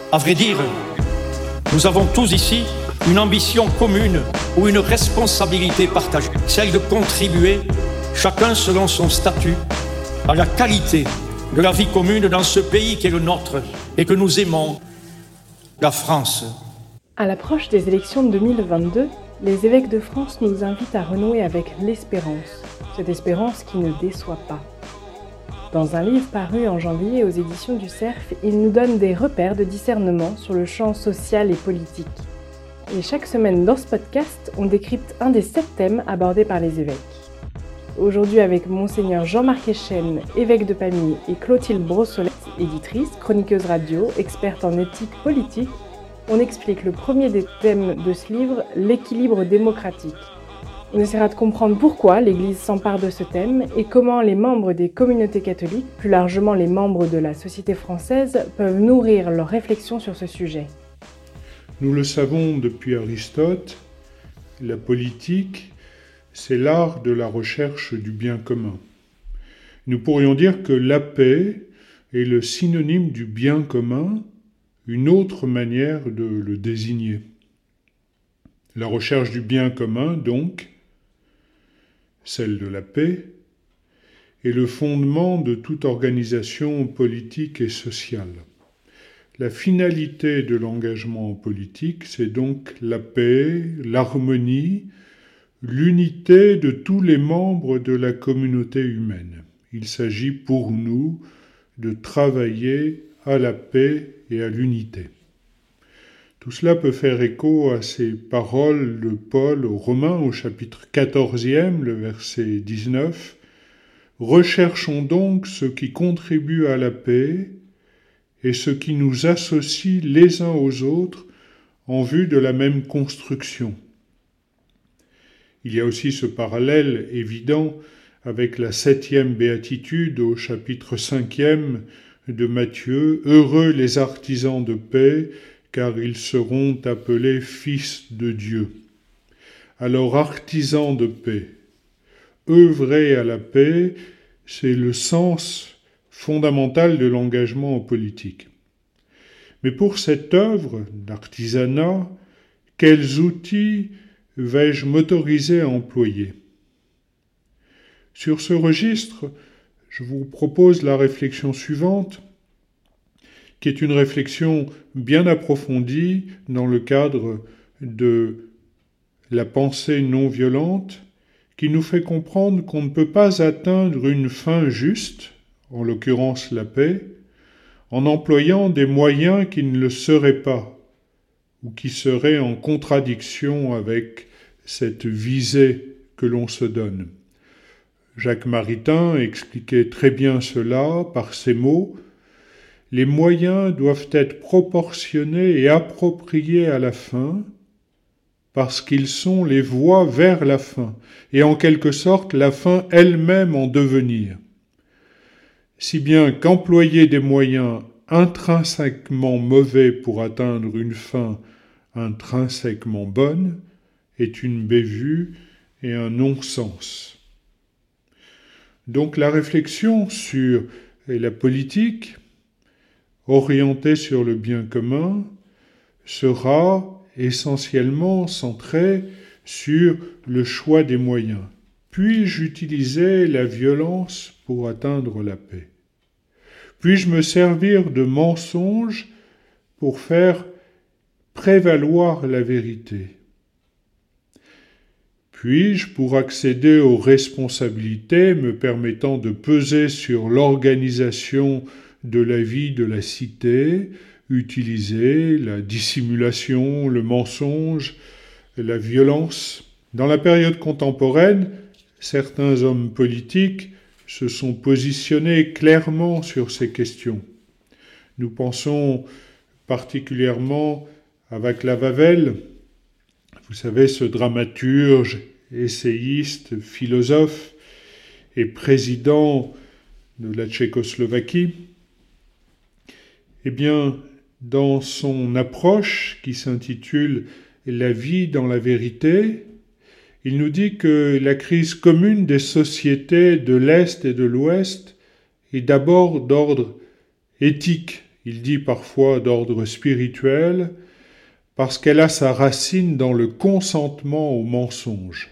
À vrai dire, nous avons tous ici une ambition commune ou une responsabilité partagée, celle de contribuer, chacun selon son statut, à la qualité de la vie commune dans ce pays qui est le nôtre et que nous aimons, la France. À l'approche des élections de 2022, les évêques de France nous invitent à renouer avec l'espérance, cette espérance qui ne déçoit pas. Dans un livre paru en janvier aux éditions du Cerf, il nous donne des repères de discernement sur le champ social et politique. Et chaque semaine dans ce podcast, on décrypte un des 7 thèmes abordés par les évêques. Aujourd'hui avec Monseigneur Jean-Marc Echen, évêque de Pamiers, et Clotilde Brossolette, éditrice, chroniqueuse radio, experte en éthique politique, on explique le premier des thèmes de ce livre, l'équilibre démocratique. On essaiera de comprendre pourquoi l'Église s'empare de ce thème et comment les membres des communautés catholiques, plus largement les membres de la société française, peuvent nourrir leurs réflexions sur ce sujet. Nous le savons depuis Aristote, la politique, c'est l'art de la recherche du bien commun. Nous pourrions dire que la paix est le synonyme du bien commun, une autre manière de le désigner. La recherche du bien commun, donc, celle de la paix, est le fondement de toute organisation politique et sociale. La finalité de l'engagement politique, c'est donc la paix, l'harmonie, l'unité de tous les membres de la communauté humaine. Il s'agit pour nous de travailler à la paix et à l'unité. Tout cela peut faire écho à ces paroles de Paul aux Romains au chapitre 14e, le verset 19. « Recherchons donc ce qui contribue à la paix et ce qui nous associe les uns aux autres en vue de la même construction. » Il y a aussi ce parallèle évident avec la 7e béatitude au chapitre 5e de Matthieu. « Heureux les artisans de paix, car ils seront appelés fils de Dieu. » Alors, artisans de paix, œuvrer à la paix, c'est le sens fondamental de l'engagement en politique. Mais pour cette œuvre d'artisanat, quels outils vais-je m'autoriser à employer ? Sur ce registre, je vous propose la réflexion suivante, qui est une réflexion bien approfondie dans le cadre de la pensée non violente, qui nous fait comprendre qu'on ne peut pas atteindre une fin juste, en l'occurrence la paix, en employant des moyens qui ne le seraient pas, ou qui seraient en contradiction avec cette visée que l'on se donne. Jacques Maritain expliquait très bien cela par ces mots. Les moyens doivent être proportionnés et appropriés à la fin, parce qu'ils sont les voies vers la fin, et en quelque sorte la fin elle-même en devenir. Si bien qu'employer des moyens intrinsèquement mauvais pour atteindre une fin intrinsèquement bonne est une bévue et un non-sens. Donc la réflexion sur la politique, orientée sur le bien commun, sera essentiellement centrée sur le choix des moyens. Puis-je utiliser la violence pour atteindre la paix ? Puis-je me servir de mensonges pour faire prévaloir la vérité ? Puis-je, pour accéder aux responsabilités me permettant de peser sur l'organisation de la vie de la cité, utiliser la dissimulation, le mensonge, la violence ? Dans la période contemporaine, certains hommes politiques se sont positionnés clairement sur ces questions. Nous pensons particulièrement à Václav Havel, vous savez, ce dramaturge, essayiste, philosophe et président de la Tchécoslovaquie. Eh bien, dans son approche qui s'intitule « La vie dans la vérité », il nous dit que la crise commune des sociétés de l'Est et de l'Ouest est d'abord d'ordre éthique. il dit parfois d'ordre spirituel, parce qu'elle a sa racine dans le consentement au mensonge.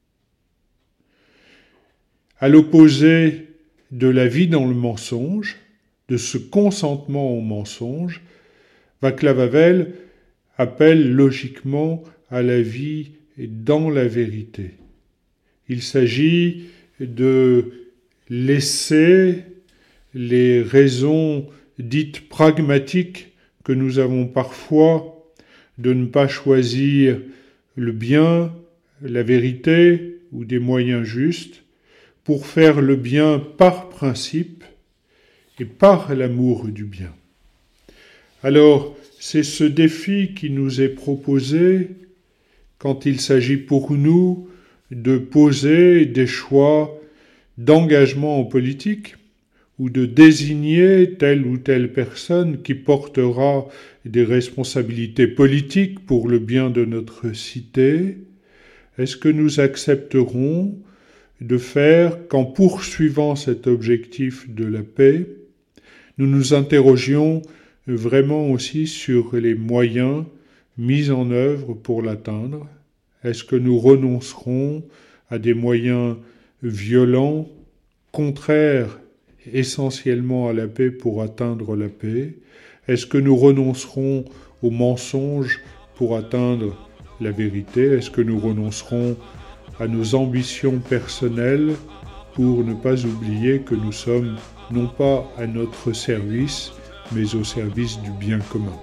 À l'opposé de la vie dans le mensonge, de ce consentement au mensonge, Václav Havel appelle logiquement à la vie dans la vérité. Il s'agit de laisser les raisons dites pragmatiques que nous avons parfois de ne pas choisir le bien, la vérité ou des moyens justes pour faire le bien par principe et par l'amour du bien. Alors, c'est ce défi qui nous est proposé quand il s'agit pour nous de poser des choix d'engagement en politique ou de désigner telle ou telle personne qui portera des responsabilités politiques pour le bien de notre cité. Est-ce que nous accepterons de faire qu'en poursuivant cet objectif de la paix, nous nous interrogions vraiment aussi sur les moyens mis en œuvre pour l'atteindre? Est-ce que nous renoncerons à des moyens violents, contraires essentiellement à la paix pour atteindre la paix? Est-ce que nous renoncerons aux mensonges pour atteindre la vérité? Est-ce que nous renoncerons à nos ambitions personnelles pour ne pas oublier que nous sommes non pas à notre service, mais au service du bien commun?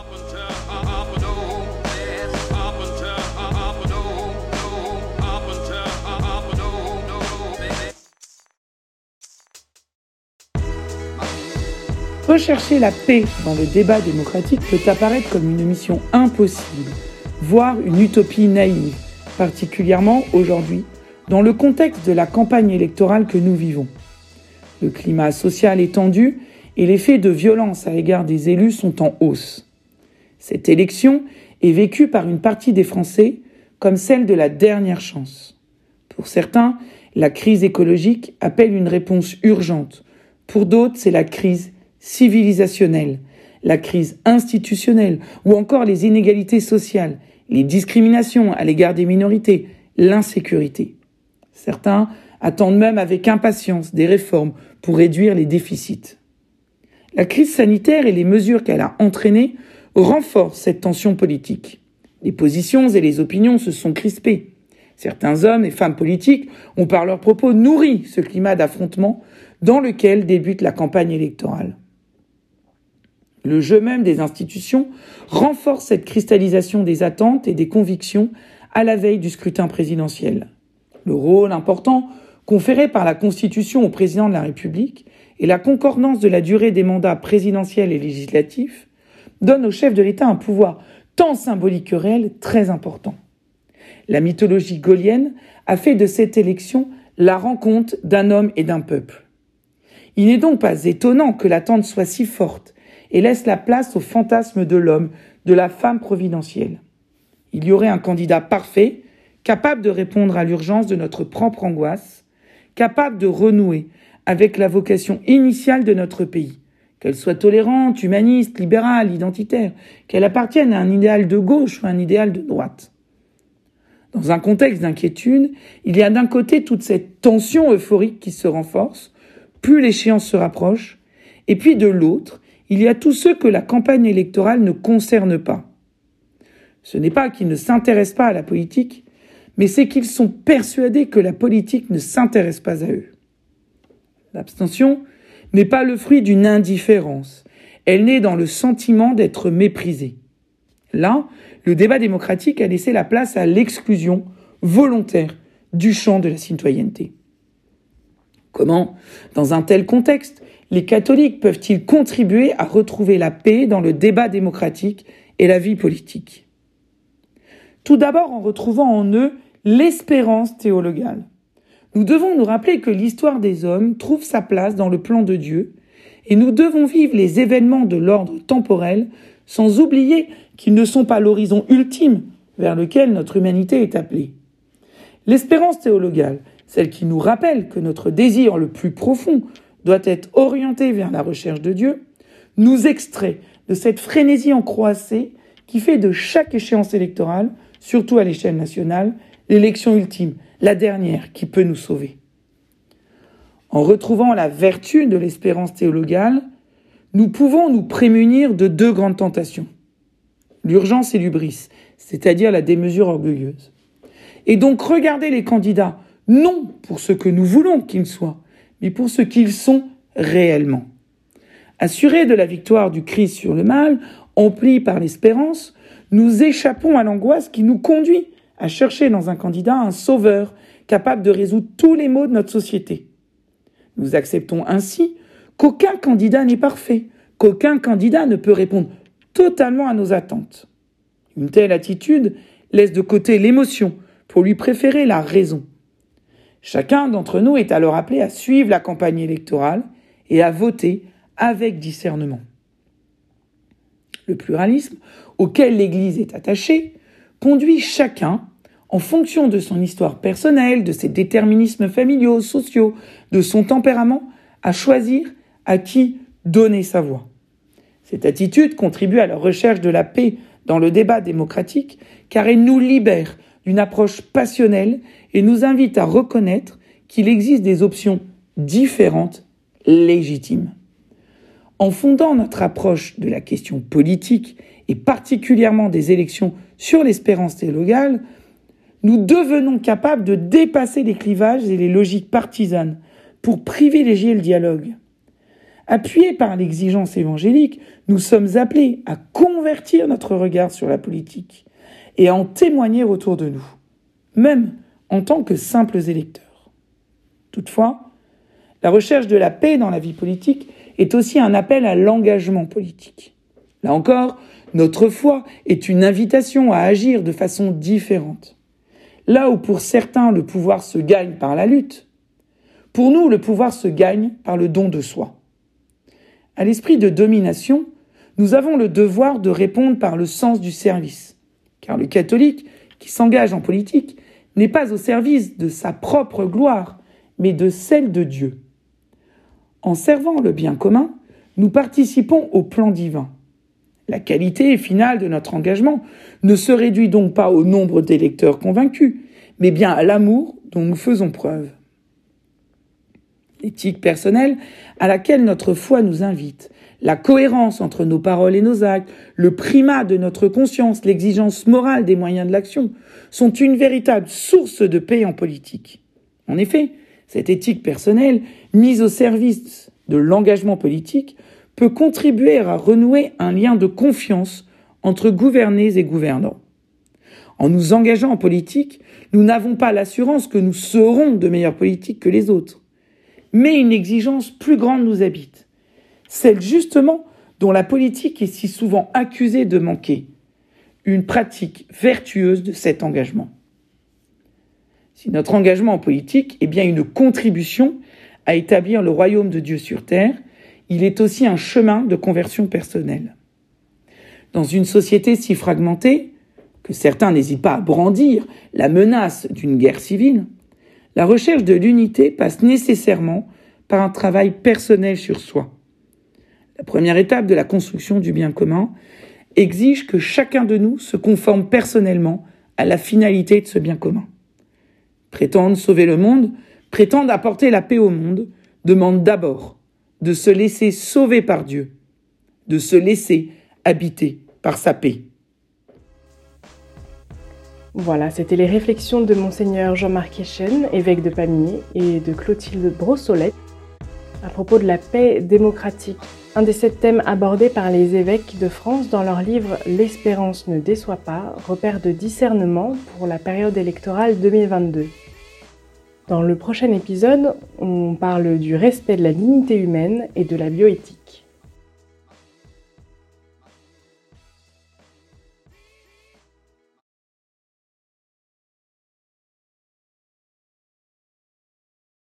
Rechercher la paix dans le débat démocratique peut apparaître comme une mission impossible, voire une utopie naïve, particulièrement aujourd'hui, dans le contexte de la campagne électorale que nous vivons. Le climat social est tendu et les faits de violence à l'égard des élus sont en hausse. Cette élection est vécue par une partie des Français comme celle de la dernière chance. Pour certains, la crise écologique appelle une réponse urgente. Pour d'autres, c'est la crise civilisationnelle, la crise institutionnelle ou encore les inégalités sociales, les discriminations à l'égard des minorités, l'insécurité. Certains attendent même avec impatience des réformes pour réduire les déficits. La crise sanitaire et les mesures qu'elle a entraînées renforcent cette tension politique. Les positions et les opinions se sont crispées. Certains hommes et femmes politiques ont par leurs propos nourri ce climat d'affrontement dans lequel débute la campagne électorale. Le jeu même des institutions renforce cette cristallisation des attentes et des convictions à la veille du scrutin présidentiel. Le rôle important conféré par la Constitution au président de la République et la concordance de la durée des mandats présidentiels et législatifs donnent au chef de l'État un pouvoir tant symbolique que réel très important. La mythologie gaulienne a fait de cette élection la rencontre d'un homme et d'un peuple. Il n'est donc pas étonnant que l'attente soit si forte et laisse la place au fantasme de l'homme, de la femme providentielle. Il y aurait un candidat parfait, capable de répondre à l'urgence de notre propre angoisse, capable de renouer avec la vocation initiale de notre pays, qu'elle soit tolérante, humaniste, libérale, identitaire, qu'elle appartienne à un idéal de gauche ou à un idéal de droite. Dans un contexte d'inquiétude, il y a d'un côté toute cette tension euphorique qui se renforce, plus l'échéance se rapproche, et puis de l'autre, il y a tous ceux que la campagne électorale ne concerne pas. Ce n'est pas qu'ils ne s'intéressent pas à la politique, mais c'est qu'ils sont persuadés que la politique ne s'intéresse pas à eux. L'abstention n'est pas le fruit d'une indifférence, elle naît dans le sentiment d'être méprisé. Là, le débat démocratique a laissé la place à l'exclusion volontaire du champ de la citoyenneté. Comment, dans un tel contexte, les catholiques peuvent-ils contribuer à retrouver la paix dans le débat démocratique et la vie politique? Tout d'abord en retrouvant en eux l'espérance théologale. Nous devons nous rappeler que l'histoire des hommes trouve sa place dans le plan de Dieu et nous devons vivre les événements de l'ordre temporel sans oublier qu'ils ne sont pas l'horizon ultime vers lequel notre humanité est appelée. L'espérance théologale, celle qui nous rappelle que notre désir le plus profond doit être orienté vers la recherche de Dieu, nous extrait de cette frénésie en croissée qui fait de chaque échéance électorale, surtout à l'échelle nationale, l'élection ultime, la dernière qui peut nous sauver. En retrouvant la vertu de l'espérance théologale, nous pouvons nous prémunir de deux grandes tentations. L'urgence et l'hubris, c'est-à-dire la démesure orgueilleuse. Et donc regarder les candidats, non pour ce que nous voulons qu'ils soient, mais pour ce qu'ils sont réellement. Assurés de la victoire du Christ sur le mal, emplis par l'espérance, nous échappons à l'angoisse qui nous conduit à chercher dans un candidat un sauveur capable de résoudre tous les maux de notre société. Nous acceptons ainsi qu'aucun candidat n'est parfait, qu'aucun candidat ne peut répondre totalement à nos attentes. Une telle attitude laisse de côté l'émotion pour lui préférer la raison. Chacun d'entre nous est alors appelé à suivre la campagne électorale et à voter avec discernement. Le pluralisme auquel l'Église est attachée conduit chacun, en fonction de son histoire personnelle, de ses déterminismes familiaux, sociaux, de son tempérament, à choisir à qui donner sa voix. Cette attitude contribue à la recherche de la paix dans le débat démocratique, car elle nous libère d'une approche passionnelle et nous invite à reconnaître qu'il existe des options différentes, légitimes. En fondant notre approche de la question politique et particulièrement des élections sur l'espérance théologale, nous devenons capables de dépasser les clivages et les logiques partisanes pour privilégier le dialogue. Appuyés par l'exigence évangélique, nous sommes appelés à convertir notre regard sur la politique et à en témoigner autour de nous, même en tant que simples électeurs. Toutefois, la recherche de la paix dans la vie politique est aussi un appel à l'engagement politique. Là encore, notre foi est une invitation à agir de façon différente. Là où pour certains le pouvoir se gagne par la lutte, pour nous le pouvoir se gagne par le don de soi. À l'esprit de domination, nous avons le devoir de répondre par le sens du service, car le catholique qui s'engage en politique n'est pas au service de sa propre gloire, mais de celle de Dieu. En servant le bien commun, nous participons au plan divin. La qualité finale de notre engagement ne se réduit donc pas au nombre d'électeurs convaincus, mais bien à l'amour dont nous faisons preuve. L'éthique personnelle à laquelle notre foi nous invite, la cohérence entre nos paroles et nos actes, le primat de notre conscience, l'exigence morale des moyens de l'action, sont une véritable source de paix en politique. En effet, cette éthique personnelle, mise au service de l'engagement politique, peut contribuer à renouer un lien de confiance entre gouvernés et gouvernants. En nous engageant en politique, nous n'avons pas l'assurance que nous serons de meilleurs politiques que les autres. Mais une exigence plus grande nous habite, celle justement dont la politique est si souvent accusée de manquer, une pratique vertueuse de cet engagement. Si notre engagement en politique est bien une contribution à établir le royaume de Dieu sur terre, il est aussi un chemin de conversion personnelle. Dans une société si fragmentée, que certains n'hésitent pas à brandir la menace d'une guerre civile, la recherche de l'unité passe nécessairement par un travail personnel sur soi. La première étape de la construction du bien commun exige que chacun de nous se conforme personnellement à la finalité de ce bien commun. Prétendre sauver le monde, prétendre apporter la paix au monde, demande d'abord de se laisser sauver par Dieu, de se laisser habiter par sa paix. Voilà, c'était les réflexions de Monseigneur Jean-Marc Echen, évêque de Pamiers, et de Clotilde Brossolette à propos de la paix démocratique, un des 7 thèmes abordés par les évêques de France dans leur livre « L'espérance ne déçoit pas, repère de discernement pour la période électorale 2022 ». Dans le prochain épisode, on parle du respect de la dignité humaine et de la bioéthique.